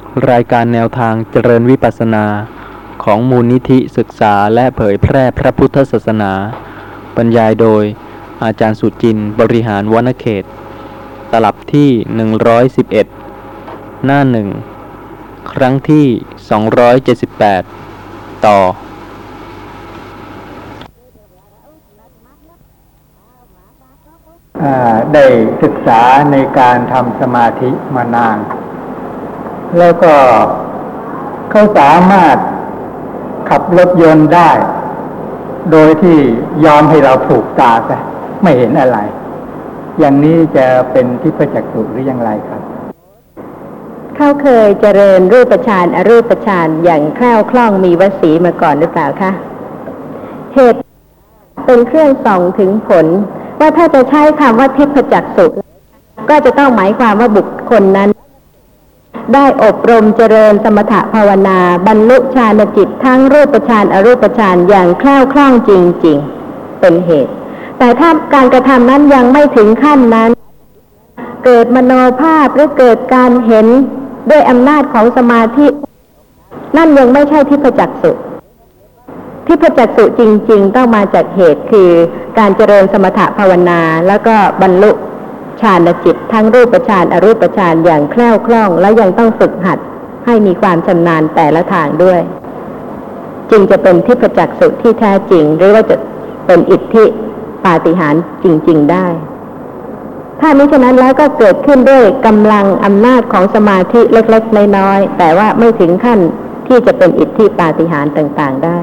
รายการแนวทางเจริญวิปัสสนาของมูลนิธิศึกษาและเผยแพร่พระพุทธศาสนาบรรยายโดยอาจารย์สุจินต์บริหารวรรณเขตตลับที่111หน้า1ครั้งที่278ต่อได้ศึกษาในการทำสมาธิมานานแล้วก็เขาสามารถขับรถยนต์ได้โดยที่ยอมให้เราผูกตาไปไม่เห็นอะไรอย่างนี้จะเป็นทิพจักขุหรืออย่างไรครับเขาเคยเจริญรูปฌานอรูปฌานอย่างแคล่วคล่องมีวสีมาก่อนหรือเปล่าคะเหตุเป็นเครื่องส่องถึงผลว่าถ้าจะใช้คำว่าทิพจักขุก็จะต้องหมายความว่าบุคคลนั้นได้อบรมเจริญสมถภาวนาบรรลุฌานจิตทั้งรูปฌานอรูปฌานอย่างแคล่วคล่องจริงๆเป็นเหตุแต่ถ้าการกระทำนั้นยังไม่ถึงขั้นนั้นเกิดมโนภาพหรือเกิดการเห็นด้วยอำนาจของสมาธินั่นยังไม่ใช่ทิพจักขุทิพจักขุจริงๆต้องมาจากเหตุคือการเจริญสมถภาวนาแล้วก็บรรลุฌานจิตทั้งรูปฌานอรูปฌานอย่างแคล่วคล่องและยังต้องฝึกหัดให้มีความชำนาญแต่ละทางด้วยจึงจะเป็นทิพจักขุที่แท้จริงหรือว่าจะเป็นอิทธิปาฏิหาริย์จริงๆได้ถ้ามิฉะนั้นแล้วก็เกิดขึ้นด้วยกำลังอำนาจของสมาธิเล็กๆน้อยๆแต่ว่าไม่ถึงขั้นที่จะเป็นอิทธิปาฏิหาริย์ต่างๆได้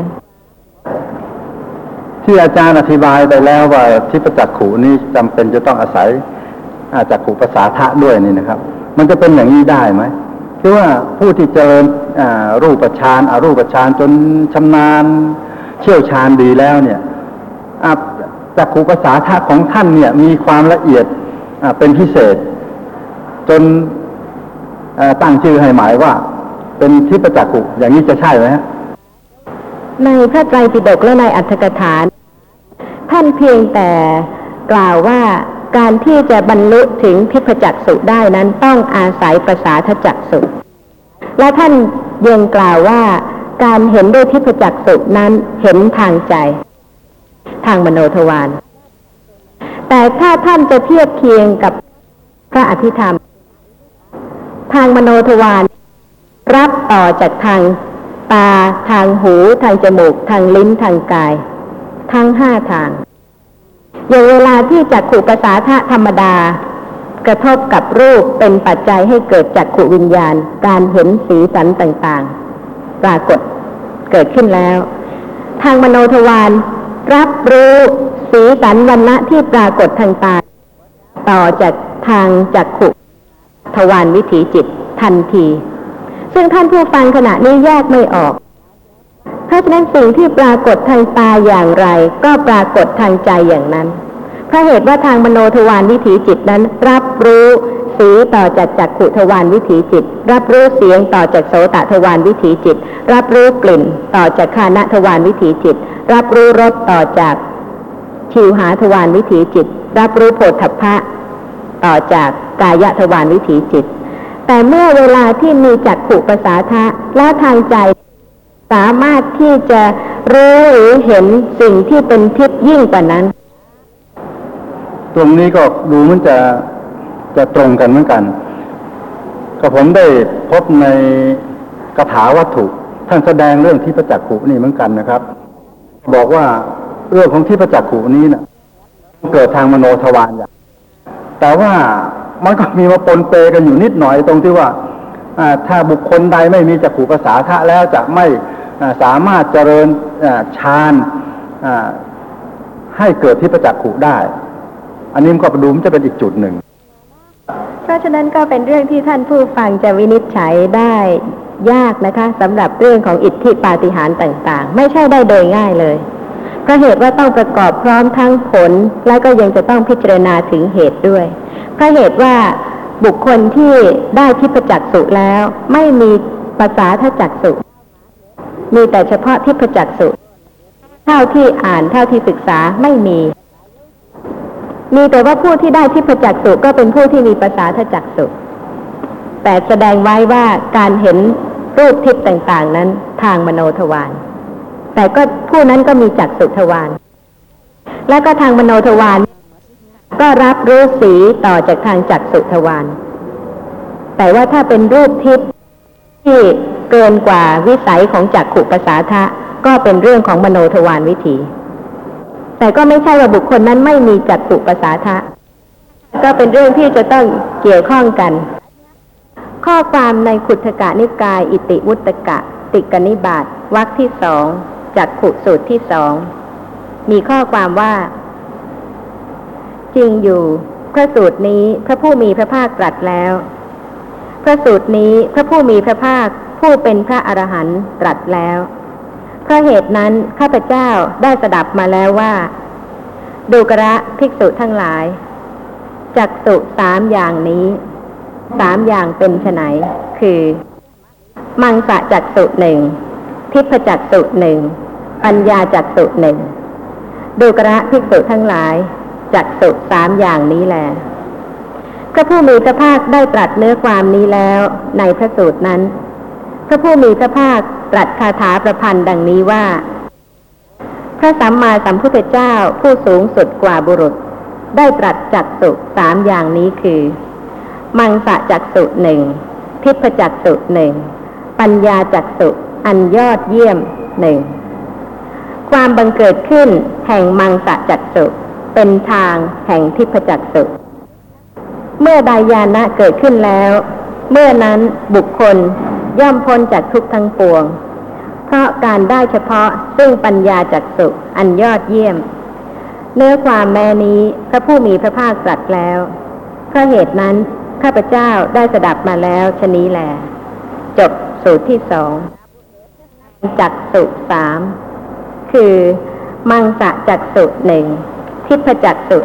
ที่อาจารย์อธิบายไปแล้วว่าทิพจักขุนี้จำเป็นจะต้องอาศัยจักขุประสาทะด้วยนี่นะครับมันจะเป็นอย่างนี้ได้ไหมคือว่าผู้ที่เจริญรูปฌานอรูปฌานจนชำนาญเชี่ยวชาญดีแล้วเนี่ยจักขุประสาทะของท่านเนี่ยมีความละเอียดเป็นพิเศษจนตั้งชื่อให้หมายว่าเป็นทิพจักขุอย่างนี้จะใช่ไหมฮะในพระไตรปิฎกและในอรรถกถาท่านเพียงแต่กล่าวว่าการที่จะบรรลุถึงทิพจักขุได้นั้นต้องอาศัยประสาทจักขุและท่านยังกล่าวว่าการเห็นด้วยทิพจักขุนั้นเห็นทางใจทางมโนทวารแต่ถ้าท่านจะเทียบเคียงกับพระอภิธรรมทางมโนทวารรับต่อจากทางตาทางหูทางจมูกทางลิ้นทางกายทั้ง5ทางอย่างเวลาที่จักขุประสาทะธรรมดากระทบกับรูปเป็นปัจจัยให้เกิดจักขุวิญญาณการเห็นสีสันต่างๆปรากฏเกิดขึ้นแล้วทางมโนทวารรับรู้สีสันวรรณะที่ปรากฏทางตาต่อจากทางจักขุทวารวิถีจิตทันทีซึ่งท่านผู้ฟังขณะนี้แยกไม่ออกเพราะฉะนั้นสิ่งที่ปรากฏทางตาอย่างไรก็ปรากฏทางใจอย่างนั้นเพราะเหตุว่าทางมโนทวารวิถีจิตนั้นรับรู้สีต่อจากจักขุทวารวิถีจิตรับรู้เสียงต่อจากโสตทวารวิถีจิตรับรู้กลิ่นต่อจากฆานทวารวิถีจิตรับรู้รสต่อจากชิวหาทวารวิถีจิตรับรู้โผฏฐัพพะต่อจากกายทวารวิถีจิตแต่เมื่อเวลาที่มีจักขุประสาทะและทางใจสามารถที่จะรู้หรือเห็นสิ่งที่เป็นทิพย์ยิ่งกว่านั้นตรงนี้ก็ดูมันจะตรงกันเหมือนกันก็ผมได้พบในคาถาวัตถุท่านแสดงเรื่องทิพจักขุนี่เหมือนกันนะครับบอกว่าเรื่องของทิพจักขุนี้นะเกิดทางมโนทวารอย่างแต่ว่ามันก็มีมาปนเปกันอยู่นิดหน่อยตรงที่ว่าถ้าบุคคลใดไม่มีจักขุประสาทะแล้วจะไม่สามารถเจริญฌานให้เกิดทิพจักขุได้อันนี้มันก็ดูมันจะเป็นอีกจุดหนึ่งเพราะฉะนั้นก็เป็นเรื่องที่ท่านผู้ฟังจะวินิจฉัยได้ยากนะคะสำหรับเรื่องของอิทธิปาฏิหาริย์ต่างๆไม่ใช่ได้โดยง่ายเลยเพราะเหตุว่าต้องประกอบพร้อมทั้งผลและก็ยังจะต้องพิจารณาถึงเหตุด้วยเพราะเหตุว่าบุคคลที่ได้ทิพจักขุแล้วไม่มีประสาทจักขุมีแต่เฉพาะทิพจักขุเท่าที่อ่านเท่าที่ศึกษาไม่มีแต่ว่าผู้ที่ได้ทิพจักขุก็เป็นผู้ที่มีประสาทจักขุ แแต่แสดงไว้ว่าการเห็นรูปทิพย์ต่างๆนั้นทางมโนทวารแต่ก็ผู้นั้นก็มีจักษุทวารและก็ทางมโนทวารก็รับรู้สีต่อจากทางจักษุทวารแต่ว่าถ้าเป็นรูปทิพย์ที่เกินกว่าวิสัยของจักขุประสาทะก็เป็นเรื่องของมโนทวารวิถีแต่ก็ไม่ใช่ว่าบุคคลนั้นไม่มีจักขุประสาทะก็เป็นเรื่องที่จะต้องเกี่ยวข้องกันข้อความในขุทกนิกายอิติวุตกะติกนิบาตวรรคที่2จักขุสูตรที่2มีข้อความว่าจริงอยู่พระสูตรนี้พระผู้มีพระภาคตรัสแล้วพระสูตรนี้พระผู้มีพระภาคผู้เป็นพระอรหันต์ตรัสแล้วเพราะเหตุนั้นข้าพเจ้าได้สดับมาแล้วว่าดูกระภิกษุทั้งหลายจักษุ3อย่างนี้3อย่างเป็นไฉนคือมังสะจักษุ1ทิพจักษุ1ปัญญาจักษุ1ดูกระภิกษุทั้งหลายจักษุ3อย่างนี้แลพระผู้มีพระภาคได้ตรัสเนื้อความนี้แล้วในพระสูตรนั้นพระผู้มีพระภาคตรัสคาถาประพันธ์ดังนี้ว่าพระสัมมาสัมพุทธเจ้าผู้สูงสุดกว่าบุรุษได้ตรัสจักษุ3อย่างนี้คือมังสะจักษุ1ทิพจักษุ1ปัญญาจักษุอันยอดเยี่ยม1ความบังเกิดขึ้นแห่งมังสะจักษุเป็นทางแห่งทิพจักษุเมื่อใดญาณะเกิดขึ้นแล้วเมื่อนั้นบุคคลย่อมพ้นจากทุกข์ทั้งปวงเพราะการได้เฉพาะซึ่งปัญญาจักษุอันยอดเยี่ยมเนื้อความแม้นี้พระผู้มีพระภาคตรัสแล้วเพราะเหตุนั้นข้าพเจ้าได้สดับมาแล้วชนี้แลจบสูตรที่2จักษุ3คือมังสะจักษุ1ทิพจักษุ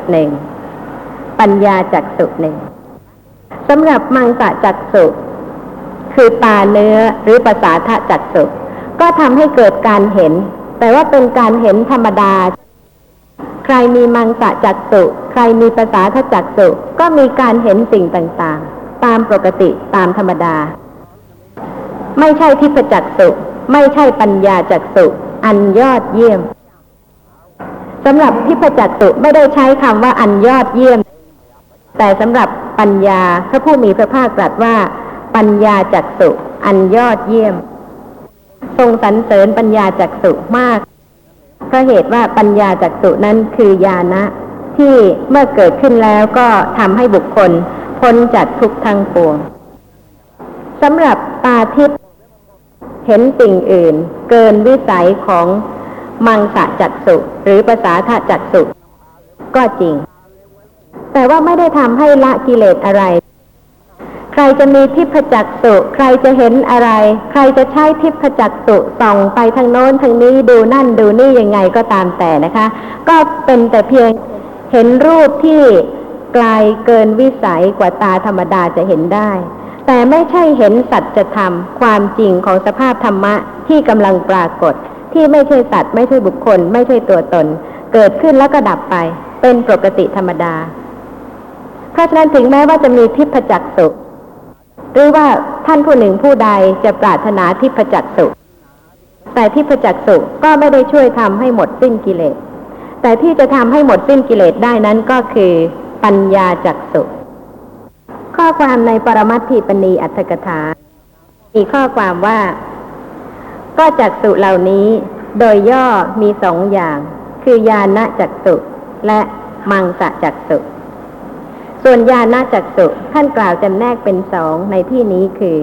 1ปัญญาจักษุ1สำหรับมังสะจักษุคือตาเนื้อหรือประสาทจักษุก็ทำให้เกิดการเห็นแต่ว่าเป็นการเห็นธรรมดาใครมีมังสะจักษุใครมีประสาทจักษุก็มีการเห็นสิ่งต่างๆตามปกติตามธรรมดาไม่ใช่ทิพจักษุไม่ใช่ปัญญาจักษุอันยอดเยี่ยมสำหรับทิพจักษุไม่ได้ใช้คำว่าอันยอดเยี่ยมแต่สำหรับปัญญาพระผู้มีพระภาคตรัสว่าปัญญาจักษุอันยอดเยี่ยมทรงสรรเสริญปัญญาจักษุมากเพราะเหตุว่าปัญญาจักษุนั้นคือญาณะที่เมื่อเกิดขึ้นแล้วก็ทำให้บุคคลพ้นจากทุกข์ทั้งปวงสำหรับตาทิพย์เห็นสิ่งอื่นเกินวิสัยของมังสะจักษุหรือประสาทจักษุก็จริงแต่ว่าไม่ได้ทำให้ละกิเลสอะไรใครจะมีทิพจักษุใครจะเห็นอะไรใครจะใช้ทิพจักษุส่องไปทางโน้นทางนี้ดูนั่นดูนี่ยังไงก็ตามแต่นะคะก็เป็นแต่เพียงเห็นรูปที่ไกลเกินวิสัยกว่าตาธรรมดาจะเห็นได้แต่ไม่ใช่เห็นสัจธรรมความจริงของสภาพธรรมะที่กำลังปรากฏที่ไม่ใช่สัตว์ไม่ใช่บุคคลไม่ใช่ตัวตนเกิดขึ้นแล้วก็ดับไปเป็นปกติธรรมดาเพราะฉะนั้นถึงแม้ว่าจะมีทิพจักษุหรือว่าท่านผู้หนึ่งผู้ใดจะปรารถนาทิพจักษุแต่ทิพจักษุก็ไม่ได้ช่วยทำให้หมดสิ้นกิเลสแต่ที่จะทำให้หมดสิ้นกิเลสได้นั้นก็คือปัญญาจักษุข้อความในปรมัตถิปณีอรรถกถามีข้อความว่าก็จักษุเหล่านี้โดยย่อมี2อย่างคือญาณจักษุและมังสะจักษุส่วนญาณจักษุท่านกล่าวจำแนกเป็น2ในที่นี้คือ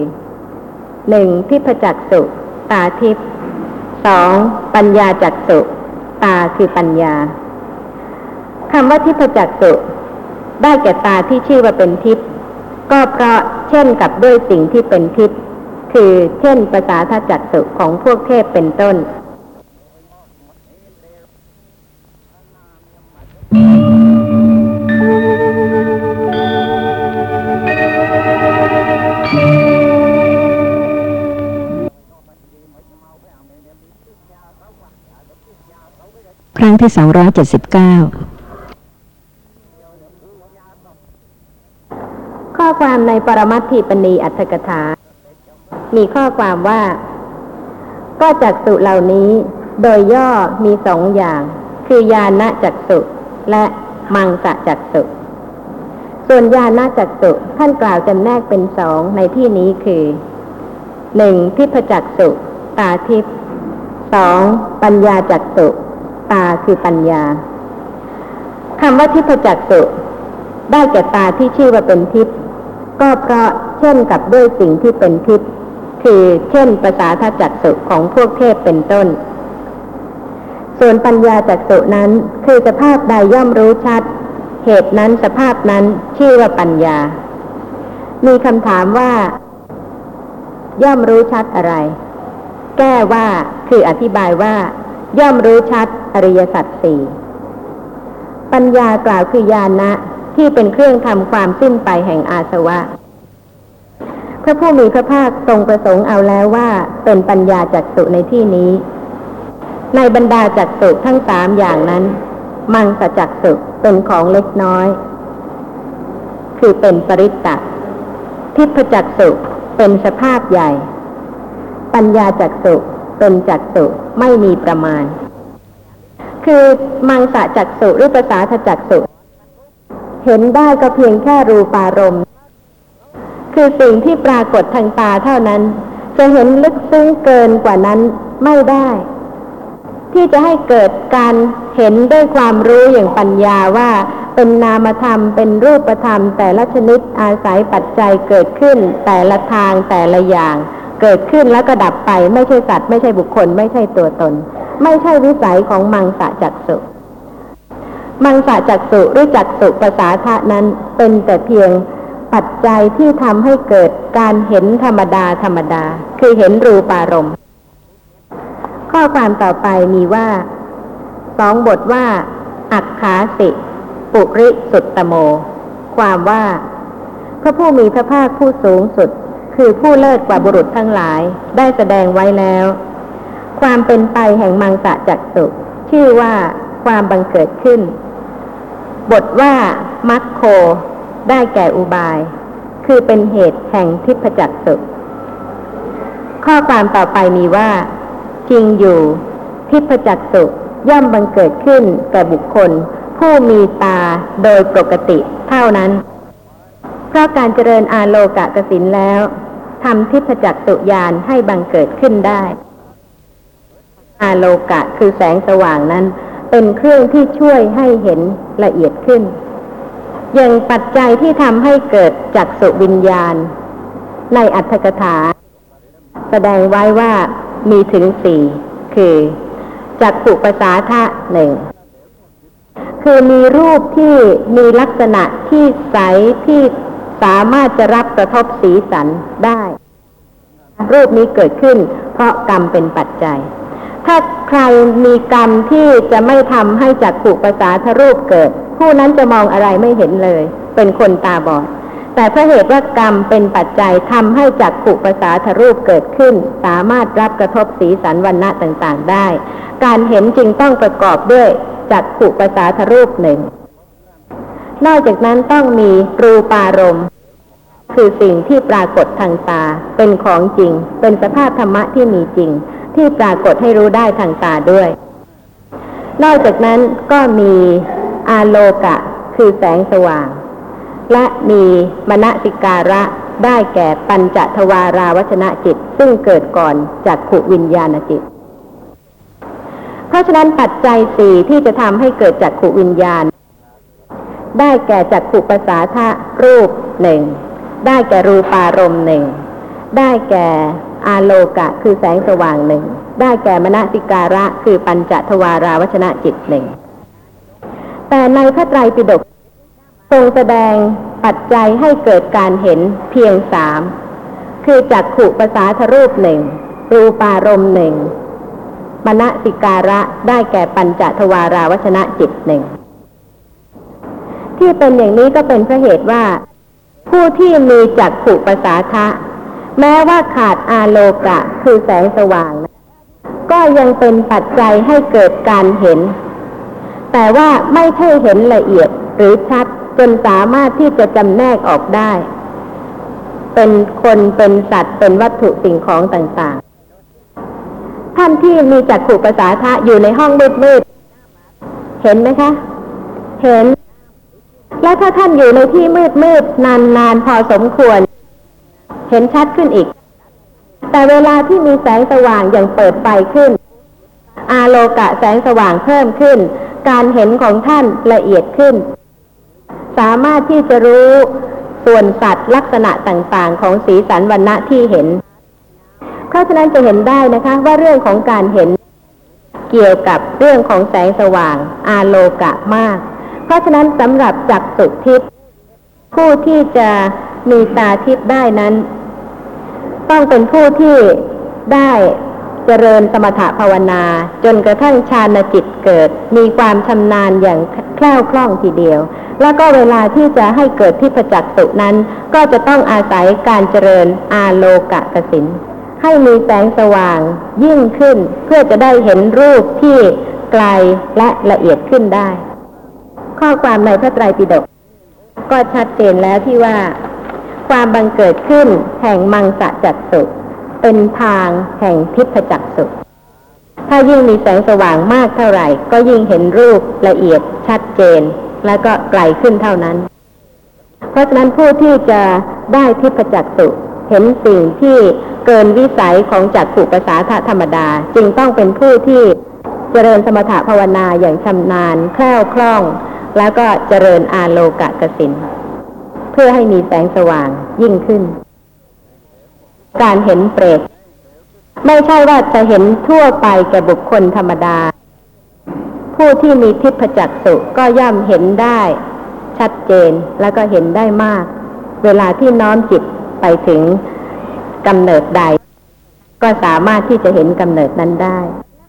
1ทิพจักษุตาทิพย์2ปัญญาจักษุตาคือปัญญาคำว่าทิพจักษุได้แก่ตาที่ชื่อว่าเป็นทิพย์ก็เพราะเช่นกับด้วยสิ่งที่เป็นทิพย์คือเช่นประสาทจักษุของพวกเทพเป็นต้นครั้งที่279 ข้ข้อความในปรมัตถิปณีอรรถกถามีข้อความว่าก็จักษุเหล่านี้โดยย่อมีสองอย่างคือญาณจักษุและมังสจักษุส่วนญาณจักษุท่านกล่าวจำแนกเป็นสองในที่นี้คือหนึ่งทิพจักษุตาทิพย์สองปัญญาจักษุตาคือปัญญาคำว่าทิพจักษุได้แก่ตาที่ชื่อว่าเป็นทิพย์ก็เพราะเช่นกับด้วยสิ่งที่เป็นทิพย์คือเช่นประสาทจักษุของพวกเทพเป็นต้นส่วนปัญญาจักษุนั้นคือสภาพใดย่อมรู้ชัดเหตุนั้นสภาพนั้นชื่อว่าปัญญามีคำถามว่าย่อมรู้ชัดอะไรแก้ว่าคืออธิบายว่าย่อมรู้ชัดอริยสัจสี่ปัญญากล่าวคือญาณะที่เป็นเครื่องทำความสิ้นไปแห่งอาสวะพระผู้มีพระภาคทรงประสงค์เอาแล้วว่าเป็นปัญญาจักษุในที่นี้ในบรรดาจักษุทั้งสามอย่างนั้นมังสจักษุเป็นของเล็กน้อยคือเป็นปริตตะทิพจักษุเป็นสภาพใหญ่ปัญญาจักษุเป็นจักษุไม่มีประมาณคือมังสจักษุหรือประสาทจักษุเห็นได้ก็เพียงแค่รูปารมณ์คือสิ่งที่ปรากฏทางตาเท่านั้นจะเห็นลึกซึ้งเกินกว่านั้นไม่ได้ที่จะให้เกิดการเห็นด้วยความรู้อย่างปัญญาว่าเป็นนามธรรมเป็นรูปธรรมแต่ละชนิดอาศัยปัจจัยเกิดขึ้นแต่ละทางแต่ละอย่างเกิดขึ้นแล้วก็ดับไปไม่ใช่สัตว์ไม่ใช่บุคคลไม่ใช่ตัวตนไม่ใช่วิสัยของมังสจักษุมังสจักษุหรือจักษุประสาทะนั้นเป็นแต่เพียงปัจจัยที่ทำให้เกิดการเห็นธรรมดาธรรมดาคือเห็นรูปารมณ์ข้อความต่อไปมีว่าสองบทว่าอักขาสิปุริสุตตโมความว่าพระผู้มีพระภาคผู้สูงสุดคือผู้เลิศกว่าบุรุษทั้งหลายได้แสดงไว้แล้วความเป็นไปแห่งมังสจักษุชื่อว่าความบังเกิดขึ้นบทว่ามัคโคได้แก่อุบายคือเป็นเหตุแห่งทิพจักษุข้อความต่อไปมีว่าจริงอยู่ทิพจักษุย่อมบังเกิดขึ้นแก่บุคคลผู้มีตาโดยปกติเท่านั้นเพราะการเจริญอาโลกกสิณแล้วทำทิพจักษุญาณให้บังเกิดขึ้นได้อาโลกะคือแสงสว่างนั้นเป็นเครื่องที่ช่วยให้เห็นละเอียดขึ้นอย่างปัจจัยที่ทำให้เกิดจักษุวิญญาณในอรรถกถาแสดงไว้ว่ามีถึงสี่คือจักษุประสาทะหนึ่งคือมีรูปที่มีลักษณะที่ใสที่สามารถจะรับกระทบสีสันได้รูปนี้เกิดขึ้นเพราะกรรมเป็นปัจจัยถ้าใครมีกรรมที่จะไม่ทำให้จักขุประสาทรูปเกิดผู้นั้นจะมองอะไรไม่เห็นเลยเป็นคนตาบอดแต่เพราะเหตุว่ากรรมเป็นปัจจัยทำให้จักขุประสาทรูปเกิดขึ้นสามารถรับกระทบสีสันวรรณะต่างๆได้การเห็นจึงต้องประกอบด้วยจักขุประสาทรูปหนึ่งนอกจากนั้นต้องมีรูปารมณ์คือสิ่งที่ปรากฏทางตาเป็นของจริงเป็นสภาพธรรมะที่มีจริงที่ปรากฏให้รู้ได้ทางตาด้วยนอกจากนั้นก็มีอาโลกะคือแสงสว่างและมีมนสิการะได้แก่ปัญจทวาราวชนะจิตซึ่งเกิดก่อนจักขุวิญญาณจิตเพราะฉะนั้นปัจจัยสี่ที่จะทำให้เกิดจักขุวิญญาณได้แก่จักขุประสาทะรูปหนึ่งได้แก่รูปารมณ์หนึ่งได้แก่อาโลกะคือแสงสว่างหนึ่งได้แก่มนสิการะคือปัญจทวาราวชนะจิตหนึ่งแต่ในพระไตรปิฎกทรงแสดงปัจจัยให้เกิดการเห็นเพียงสามคือจักขุประสาทรูปหนึ่งรูปารมณ์หนึ่งมนสิการะได้แก่ปัญจทวาราวชนะจิตหนึ่งที่เป็นอย่างนี้ก็เป็นเพราะเหตุว่าผู้ที่มีจักขุประสาทะแม้ว่าขาดอาโลกะคือแสงสว่างก็ยังเป็นปัจจัยให้เกิดการเห็นแต่ว่าไม่ใช่เห็นละเอียดหรือชัดจนสามารถที่จะจำแนกออกได้เป็นคนเป็นสัตว์เป็นวัตถุสิ่งของต่างๆท่านที่มีจักขุประสาทะอยู่ในห้องมืดๆเห็นไหมคะเห็นและถ้าท่านอยู่ในที่มืดๆนานๆพอสมควรเห็นชัดขึ้นอีกแต่เวลาที่มีแสงสว่างอย่างเปิดไฟขึ้นอาโลกะแสงสว่างเพิ่มขึ้นการเห็นของท่านละเอียดขึ้นสามารถที่จะรู้ส่วนสัตว์ลักษณะต่างๆของสีสันวรรณะที่เห็นเพราะฉะนั้นจะเห็นได้นะคะว่าเรื่องของการเห็นเกี่ยวกับเรื่องของแสงสว่างอาโลกะมากเพราะฉะนั้นสำหรับจักษุทิพย์ผู้ที่จะมีตาทิพย์ได้นั้นต้องเป็นผู้ที่ได้เจริญสมถภาวนาจนกระทั่งฌานจิตเกิดมีความชำนาญอย่างแคล่วคล่องทีเดียวแล้วก็เวลาที่จะให้เกิดทิพจักษุนั้นก็จะต้องอาศัยการเจริญอาโลกกสิณให้มีแสงสว่างยิ่งขึ้นเพื่อจะได้เห็นรูปที่ไกลและละเอียดขึ้นได้ข้อความในพระไตรปิฎกก็ชัดเจนแล้วที่ว่าความบังเกิดขึ้นแห่งมังสจักษุเป็นทางแห่งทิพจักษุถ้ายิ่งมีแสงสว่างมากเท่าไหร่ก็ยิ่งเห็นรูปละเอียดชัดเจนแล้วก็ไกลขึ้นเท่านั้นเพราะฉะนั้นผู้ที่จะได้ทิพจักษุเห็นสิ่งที่เกินวิสัยของจักขุประสาทธรรมดาจึงต้องเป็นผู้ที่เจริญสมถภาวนาอย่างชำนาญแคล่วคล่องแล้วก็เจริญอาโลกกสิณเพื่อให้มีแสงสว่างยิ่งขึ้นการเห็นเปรตไม่ใช่ว่าจะเห็นทั่วไปแก่บุคคลธรรมดาผู้ที่มีทิพจักษุก็ย่อมเห็นได้ชัดเจนแล้วก็เห็นได้มากเวลาที่น้อมจิตไปถึงกำเนิดใดก็สามารถที่จะเห็นกำเนิดนั้นได้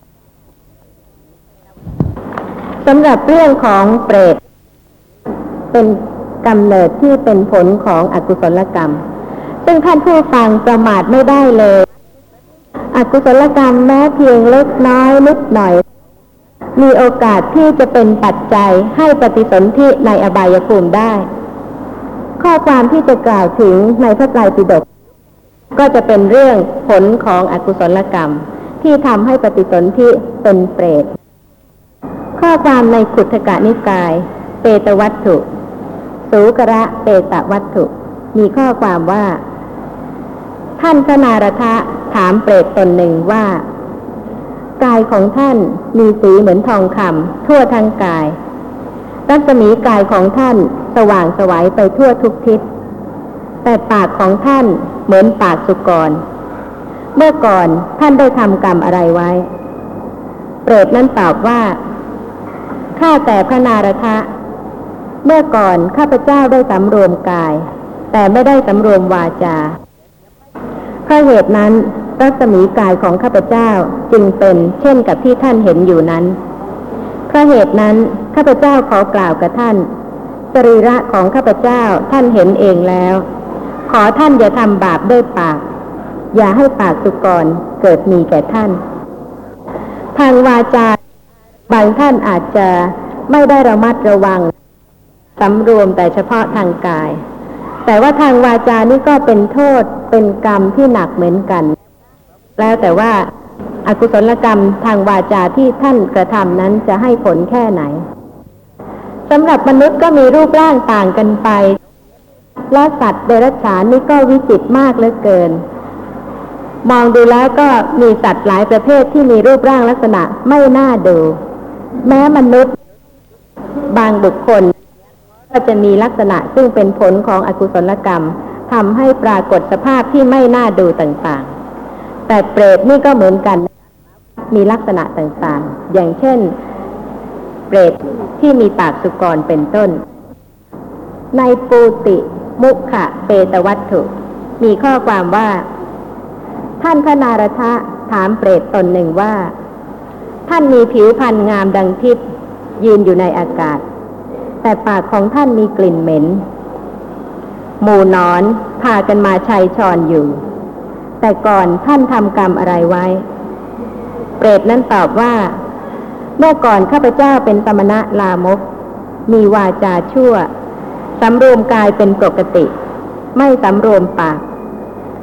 สำหรับเรื่องของเปรตเป็นกำเนิดที่เป็นผลของอกุศลกรรมซึ่งท่านผู้ฟังประมาทไม่ได้เลยอกุศลกรรมแม้เพียงเล็กน้อยนิดหน่อยมีโอกาสที่จะเป็นปัจจัยให้ปฏิสนธิในอบายภูมิได้ข้อความที่จะกล่าวถึงในพระไตรปิฎกก็จะเป็นเรื่องผลของอกุศลกรรมที่ทำให้ปฏิสนธิเป็นเปรตข้อความในขุททกนิกายเปตวัตถุสูกระเปตวัตถุมีข้อความว่าท่านพระนารถะถามเปรตตนหนึ่งว่ากายของท่านมีสีเหมือนทองคำทั่วทั้งกายรัศมีกายของท่านสว่างไสวไปทั่วทุกทิศแต่ปากของท่านเหมือนปากสุกรเมื่อก่อนท่านได้ทำกรรมอะไรไว้เปรตนั้นตอบว่าข้าแต่พระนารถะเมื่อก่อนข้าพเจ้าได้สำรวมกายแต่ไม่ได้สำรวมวาจาเพราะเหตุนั้นรัศมีกายของข้าพเจ้าจึงเป็นเช่นกับที่ท่านเห็นอยู่นั้นเพราะเหตุนั้นข้าพเจ้าขอกล่าวกับท่านสรีระของข้าพเจ้าท่านเห็นเองแล้วขอท่านอย่าทำบาปด้วยปากอย่าให้ปากสุกรเกิดมีแก่ท่านทางวาจาบางท่านอาจจะไม่ได้ระมัดระวังสำรวมแต่เฉพาะทางกายแต่ว่าทางวาจานี่ก็เป็นโทษเป็นกรรมที่หนักเหมือนกันแล้วแต่ว่าอกุศลกรรมทางวาจาที่ท่านกระทำนั้นจะให้ผลแค่ไหนสำหรับมนุษย์ก็มีรูปร่างต่างกันไปและสัตว์เดรัจฉานนี่ก็วิจิตรมากเหลือเกินมองดูแล้วก็มีสัตว์หลายประเภทที่มีรูปร่างลักษณะไม่น่าดูแม้มนุษย์บางบุคคลก็จะมีลักษณะซึ่งเป็นผลของอกุศลกรรมทำให้ปรากฏสภาพที่ไม่น่าดูต่างๆแต่เปรตนี่ก็เหมือนกันมีลักษณะต่างๆอย่างเช่นเปรตที่มีปากสุกรเป็นต้นในปูติมุขะเปตวัตถุมีข้อความว่าท่านพระนารถะถามเปรตตนหนึ่งว่าท่านมีผิวพรรณงามดังทิพย์ยืนอยู่ในอากาศแต่ปากของท่านมีกลิ่นเหม็นหมู่หนอนพากันมาชัยชอนอยู่แต่ก่อนท่านทำกรรมอะไรไว้เปรตนั้นตอบว่าเมื่อก่อนข้าพเจ้าเป็นสมณะลามกมีวาจาชั่วสำรวมกายเป็นปกติไม่สำรวมปาก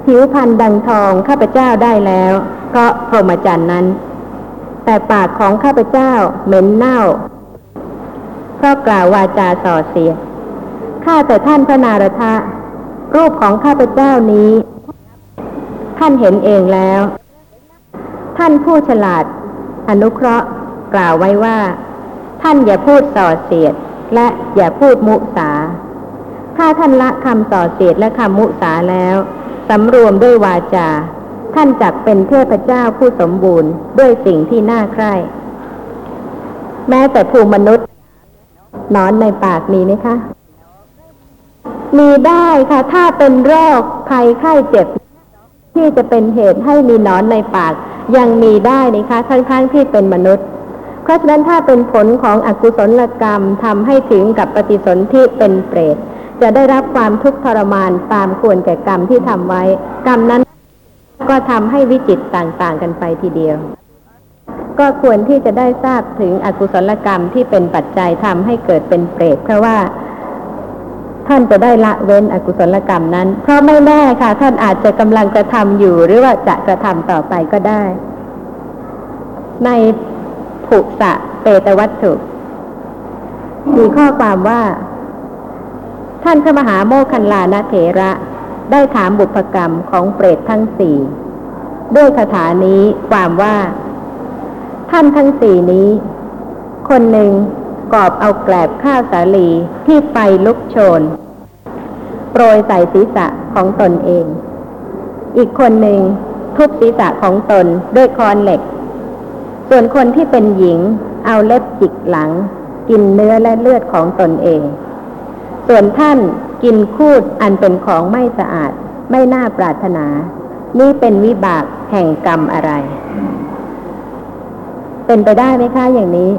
ผิวพรรณดังทองข้าพเจ้าได้แล้วเพราะพรหมจรรย์นั้นแต่ปากของข้าพเจ้าเหม็นเน่าเพราะกล่าววาจาส่อเสียดข้าแต่ท่านพระนารถะรูปของข้าพเจ้านี้ท่านเห็นเองแล้วท่านผู้ฉลาดอนุเคราะห์กล่าวไว้ว่าท่านอย่าพูดส่อเสียดและอย่าพูดมุสาถ้าท่านละคำส่อเสียดและคำมุสาแล้วสำรวมด้วยวาจาท่านจักเป็นเทพเจ้าผู้สมบูรณ์ด้วยสิ่งที่น่าใคร่แม้แต่ภูมิมนุษย์หนอนในปากมีไหมคะมีได้ค่ะถ้าเป็นโรคภัยไข้เจ็บที่จะเป็นเหตุให้มีหนอนในปากยังมีได้นะคะทั้งที่เป็นมนุษย์เพราะฉะนั้นถ้าเป็นผลของอกุศลกรรมทำให้ถึงกับปฏิสนธิเป็นเปรตจะได้รับความทุกข์ทรมานตามควรแก่กรรมที่ทำไว้กรรมนั้นก็ทำให้วิจิตรต่างๆกันไปทีเดียวก็ควรที่จะได้ทราบถึงอกุศลกรรมที่เป็นปัจจัยทำให้เกิดเป็นเปรตเพราะว่าท่านจะได้ละเว้นอกุศลกรรมนั้นเพราะไม่แน่ค่ะท่านอาจจะกำลังกระทำอยู่หรือว่าจะกระทำต่อไปก็ได้ในภูสะเปตวัตถุมีข้อความว่าท่านพระมหาโมคคัลลานเถระได้ถามบุพกรรมของเปรตทั้งสี่ด้วยคาถานี้ความว่าท่านทั้งสี่นี้คนหนึ่งกอบเอาแกลบข้าวสาลีที่ไฟลุกโชนโปรยใส่ศีรษะของตนเองอีกคนหนึ่งทุบศีรษะของตนด้วยค้อนเหล็กส่วนคนที่เป็นหญิงเอาเล็บจิกหลังกินเนื้อและเลือดของตนเองส่วนท่านกินคูดอันเป็นของไม่สะอาดไม่น่าปรารถนานี่เป็นวิบากแห่งกรรมอะไรเป็นไปได้ไหมคะอย่างนี้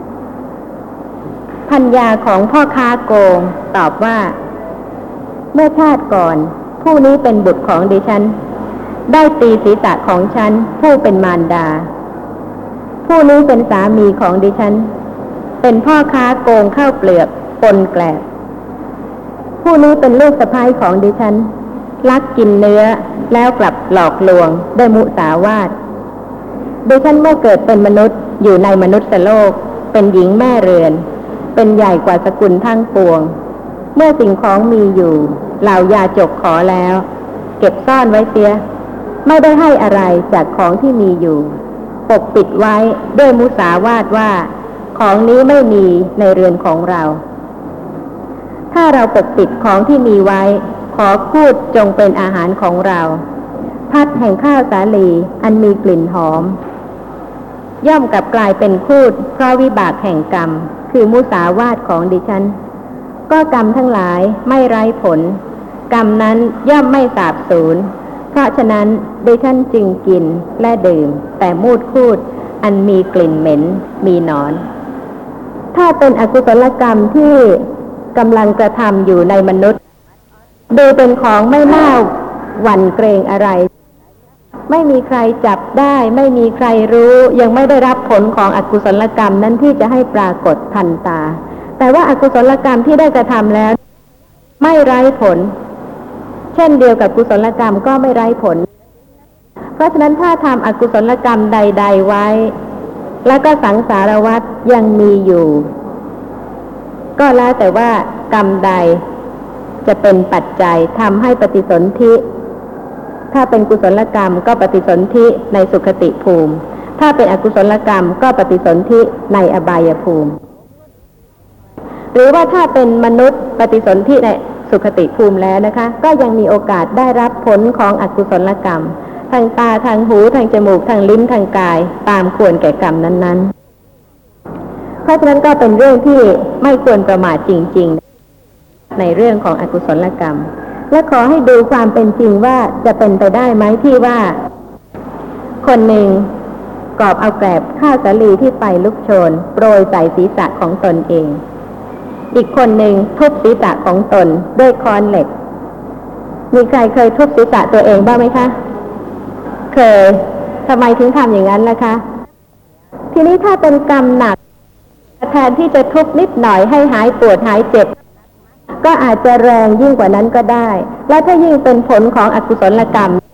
ภรรยาของพ่อค้าโกงตอบว่าเมื่อชาติก่อนผู้นี้เป็นบุตรของดิฉันได้ตีศีรษะของฉันผู้เป็นมารดาผู้นี้เป็นสามีของดิฉันเป็นพ่อค้าโกงข้าวเปลือกปนแกลบผู้นี้เป็นลูกสะใภ้ของดิฉันลักกินเนื้อแล้วกลับหลอกลวงด้วยมุสาวาทดิฉันเมื่อเกิดเป็นมนุษย์อยู่ในมนุษย์โลกเป็นหญิงแม่เรือนเป็นใหญ่กว่าสกุลทั้งปวงเมื่อสิ่งของมีอยู่เหล่ายาจกขอแล้วเก็บซ่อนไว้เสียไม่ได้ให้อะไรจากของที่มีอยู่ปกปิดไว้ด้วยมุสาวาทว่าของนี้ไม่มีในเรือนของเราถ้าเราปกปิดของที่มีไว้ขอคูดจงเป็นอาหารของเราพัดแห่งข้าวสาลีอันมีกลิ่นหอมย่อมกลับกลายเป็นคูดเพราะวิบากแห่งกรรมคือมุสาวาทของดิฉันก็กรรมทั้งหลายไม่ไร้ผลกรรมนั้นย่อมไม่สาบสูญเพราะฉะนั้นดิฉันจึงกินและดื่มแต่มูดคูดอันมีกลิ่นเหม็นมีหนอนถ้าเป็นอกุศลกรรมที่กำลังกระทำอยู่ในมนุษย์ดูเป็นของไม่น่าหวั่นเกรงอะไรไม่มีใครจับได้ไม่มีใครรู้ยังไม่ได้รับผลของอกุศลกรรมนั้นที่จะให้ปรากฏทันตาแต่ว่าอกุศลกรรมที่ได้กระทำแล้วไม่ไร้ผลเช่นเดียวกับกุศลกรรมก็ไม่ไร้ผลเพราะฉะนั้นถ้าทำอกุศลกรรมใดๆไว้แล้วก็สังสารวัฏยังมีอยู่ก็แล้วแต่ว่ากรรมใดจะเป็นปัจจัยทำให้ปฏิสนธิถ้าเป็นกุศลกรรมก็ปฏิสนธิในสุคติภูมิถ้าเป็นอกุศลกรรมก็ปฏิสนธิในอบายภูมิหรือว่าถ้าเป็นมนุษย์ปฏิสนธิในสุคติภูมิแล้วนะคะก็ยังมีโอกาสได้รับผลของอกุศลกรรมทางตาทางหูทางจมูกทางลิ้นทางกายตามควรแก่กรรมนั้นๆเพราะฉะนั้นก็เป็นเรื่องที่ไม่ควรประมาทจริงๆในเรื่องของอกุศลกรรมและขอให้ดูความเป็นจริงว่าจะเป็นไปได้ไหมที่ว่าคนหนึ่งกอบเอาแกลบข้าวสาลีที่ไฟลุกโชนโปรยใส่ศีรษะของตนเองอีกคนหนึ่งทุบศีรษะของตนด้วยค้อนเหล็กมีใครเคยทุบศีรษะตัวเองบ้างไหมคะเคยทำไมถึงทำอย่างนั้นล่ะคะทีนี้ถ้าเป็นกรรมหนักแทนที่จะทุบนิดหน่อยให้หายปวดหายเจ็บก็อาจจะแรงยิ่งกว่านั้นก็ได้และถ้ายิ่งเป็นผลของอกุศลกรรม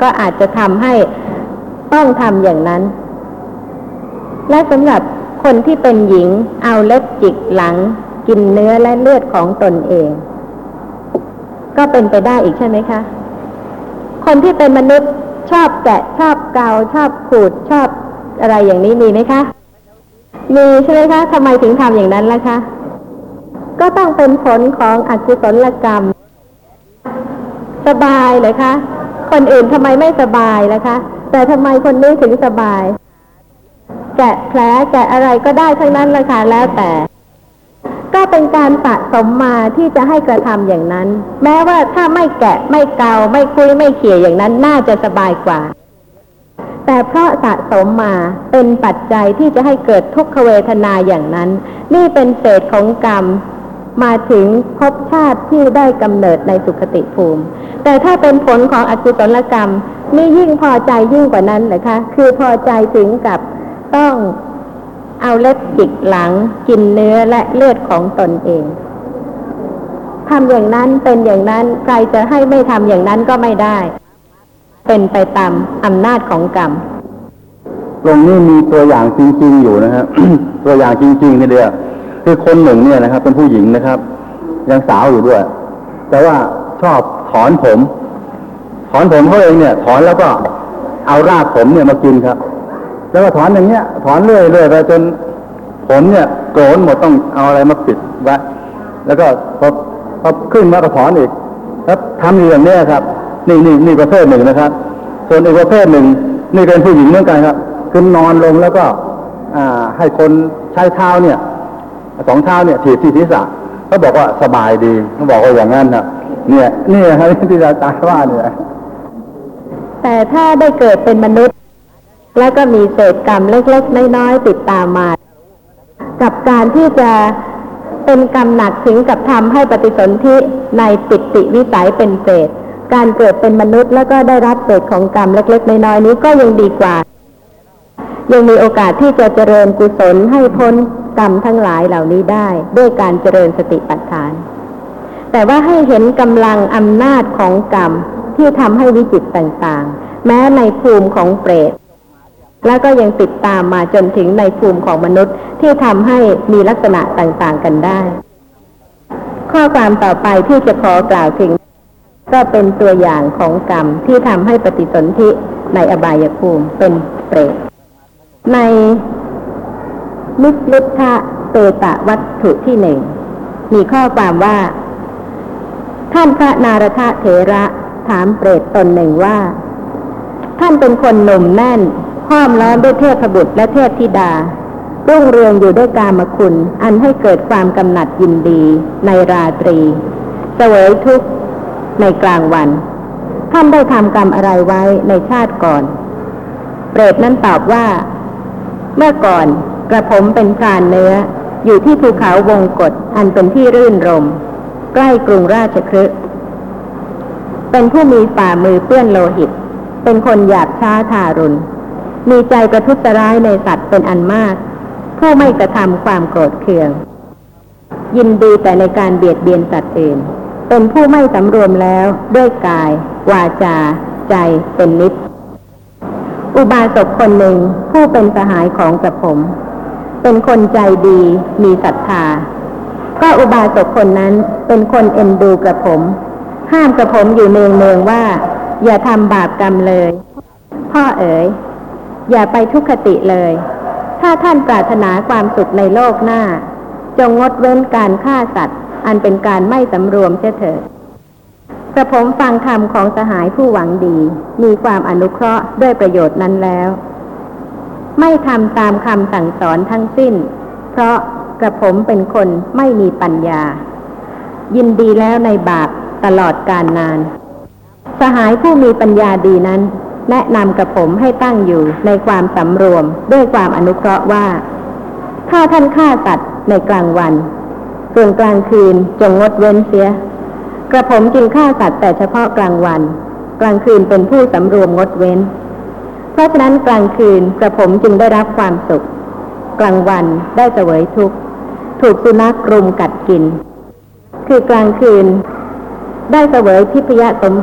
ก็อาจจะทำให้ต้องทำอย่างนั้นและสำหรับคนที่เป็นหญิงเอาเล็บจิกหลังกินเนื้อและเลือดของตนเองก็เป็นไปได้อีกใช่ไหมคะคนที่เป็นมนุษย์ชอบแกะชอบเกาชอบขูดชอบอะไรอย่างนี้มีไหมคะมีใช่ไหมคะทำไมถึงทำอย่างนั้นล่ะคะก็ต้องเป็นผลของอกุศลกรรมสบายเลยคะคนอื่นทำไมไม่สบายล่ะคะแต่ทำไมคนนี้ถึงสบายแกะแผลแกะอะไรก็ได้ทั้งนั้นเลยค่ะแล้วแต่ก็เป็นการสะสมมาที่จะให้กระทำอย่างนั้นแม้ว่าถ้าไม่แกะไม่เกาไม่คุยไม่เขี่ยอย่างนั้นน่าจะสบายกว่าแต่เพราะสะสมมาเป็นปัจจัยที่จะให้เกิดทุกขเวทนาอย่างนั้นนี่เป็นเศษของกรรมมาถึงภพชาติที่ได้กำเนิดในสุคติภูมิแต่ถ้าเป็นผลของอกุศลกรรมนี่ยิ่งพอใจยิ่งกว่านั้นเลยค่ะคือพอใจถึงกับต้องเอาเล็บจิกหลังกินเนื้อและเลือดของตนเองทำอย่างนั้นเป็นอย่างนั้นใครจะให้ไม่ทำอย่างนั้นก็ไม่ได้เป็นไปตามอำนาจของกรรมตรงนี้มีตัวอย่างจริงๆอยู่นะครับ ตัวอย่างจริงๆนี่เดียวคือคนหนึ่งเนี่ยนะครับเป็นผู้หญิงนะครับยังสาวอยู่ด้วยแต่ว่าชอบถอนผมเขาเองเนี่ยถอนแล้วก็เอารากผมเนี่ยมากินครับแล้วก็ถอนอย่างเงี้ยถอนเรื่อยๆไปจนผมเนี่ยโกรนหมดต้องเอาอะไรมาปิดไว้แล้วก็พอขึ้นมาก็ถอนอีกแล้วทำอย่างนี้ครับนี่ประเภทหนึ่งนะครับส่วนอีกประเภทหนึ่งนี่เป็นผู้หญิงเหมือนกันครับคือนอนลงแล้วก็ให้คนใช้เท้าเนี่ยสองเท้าเนี่ยถีบที่ศีรษะเขาบอกว่าสบายดีเขาบอกว่าอย่างนั้นครับเนี่ยนี่ครับที่อาจารย์ว่าเนี่ยแต่ถ้าได้เกิดเป็นมนุษย์แล้วก็มีเศษกรรมเล็กๆน้อยๆติดตามมากับการที่จะเป็นกรรมหนักถึงกับทำให้ปฏิสนธิในปิติวิสัยเป็นเศษการเกิดเป็นมนุษย์แล้วก็ได้รับเศษของกรรมเล็กๆน้อยๆนี้ก็ยังดีกว่ายังมีโอกาสที่จะเจริญกุศลให้พ้นกรรมทั้งหลายเหล่านี้ได้ด้วยการเจริญสติปัฏฐานแต่ว่าให้เห็นกำลังอำนาจของกรรมที่ทำให้วิจิตรต่างๆแม้ในภูมิของเปรตแล้วก็ยังติดตามมาจนถึงในภูมิของมนุษย์ที่ทำให้มีลักษณะต่างๆกันได้ข้อความต่อไปที่จะขอกล่าวถึงก็เป็นตัวอย่างของกรรมที่ทำให้ปฏิสนธิในอบายภูมิเป็นเปรตในนิพพุทธเตตวัตถุที่หนึ่งมีข้อความว่าท่านพระนารถเถระถามเปรตตนหนึ่งว่าท่านเป็นคนหนุ่มแน่นห้อมล้อมด้วยเทพบุตรและเทพธิดารุ่งเรืองอยู่ด้วยกามคุณอันให้เกิดความกำหนัดยินดีในราตรีเสวยทุกข์ในกลางวันท่านได้ทำกรรมอะไรไว้ในชาติก่อนเปรตนั้นตอบว่าเมื่อก่อนกระผมเป็นพรานเนื้ออยู่ที่ภูเขาวงกฏอันเป็นที่รื่นรมใกล้กรุงราชคฤห์เป็นผู้มีฝ่ามือเปื้อนโลหิตเป็นคนหยาบช้าทารุณมีใจประทุษร้ายในสัตว์เป็นอันมากผู้ไม่กระทำความโกรธเคืองยินดีแต่ในการเบียดเบียนสัตว์อื่นเป็นผู้ไม่สำรวมแล้วด้วยกายวาจาใจเป็นนิจอุบาสกคนหนึ่งผู้เป็นสหายของกระผมเป็นคนใจดีมีศรัทธาก็อุบาสกคนนั้นเป็นคนเอ็นดูกระผมห้ามกระผมอยู่เนืองๆว่าอย่าทำบาปกรรมเลยพ่อเอ๋ยอย่าไปทุกขติเลยถ้าท่านปรารถนาความสุขในโลกหน้าจงงดเว้นการฆ่าสัตว์อันเป็นการไม่สำรวมเสียเถิดกระผมฟังธรรมของสหายผู้หวังดีมีความอนุเคราะห์ด้วยประโยชน์นั้นแล้วไม่ทำตามคำสั่งสอนทั้งสิ้นเพราะกระผมเป็นคนไม่มีปัญญายินดีแล้วในบาปตลอดกาลนานสหายผู้มีปัญญาดีนั้นแนะนำกระผมให้ตั้งอยู่ในความสำรวมด้วยความอนุเคราะห์ว่าถ้าท่านฆ่าสัตว์ในกลางวันส่วนกลางคืนจงงดเว้นเสียกระผมจึงฆ่าสัตว์แต่เฉพาะกลางวันกลางคืนเป็นผู้สำรวมงดเว้นเพราะฉะนั้นกลางคืนกระผมจึงได้รับความสุขกลางวันได้เสวยทุกข์ถูกสุนัขรุมกัดกินคือกลางคืนได้เสวยทิพยสมบัติ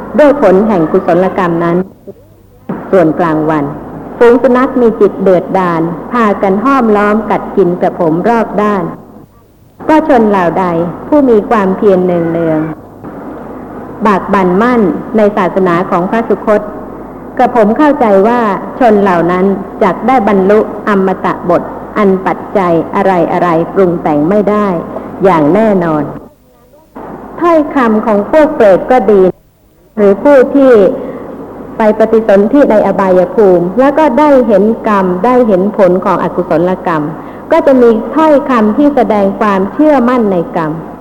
ด้วยผลแห่งกุศลกรรมนั้น ส่วนกลางวันฝูงสุนัขมีจิตเดือดดาลพากันห้อมล้อมกัดกินกระผมรอบด้านก็ชนเหล่าใดผู้มีความเพียรเนืองๆบากบั่นมั่นในศาสนาของพระสุคตกระผมเข้าใจว่าชนเหล่านั้นจักได้บรรลุอมตะบทอันปัจจัยอะไรปรุงแต่งไม่ได้อย่างแน่นอนถ้อยคำของพวกเปรตก็ดีหรือผู้ที่ไปปฏิสนธิในอบายภูมิแล้วก็ได้เห็นกรรมได้เห็นผลของอกุศลกรรมก็จะมีถ้อยคำที่แสดงความเชื่อมั่นในกรรม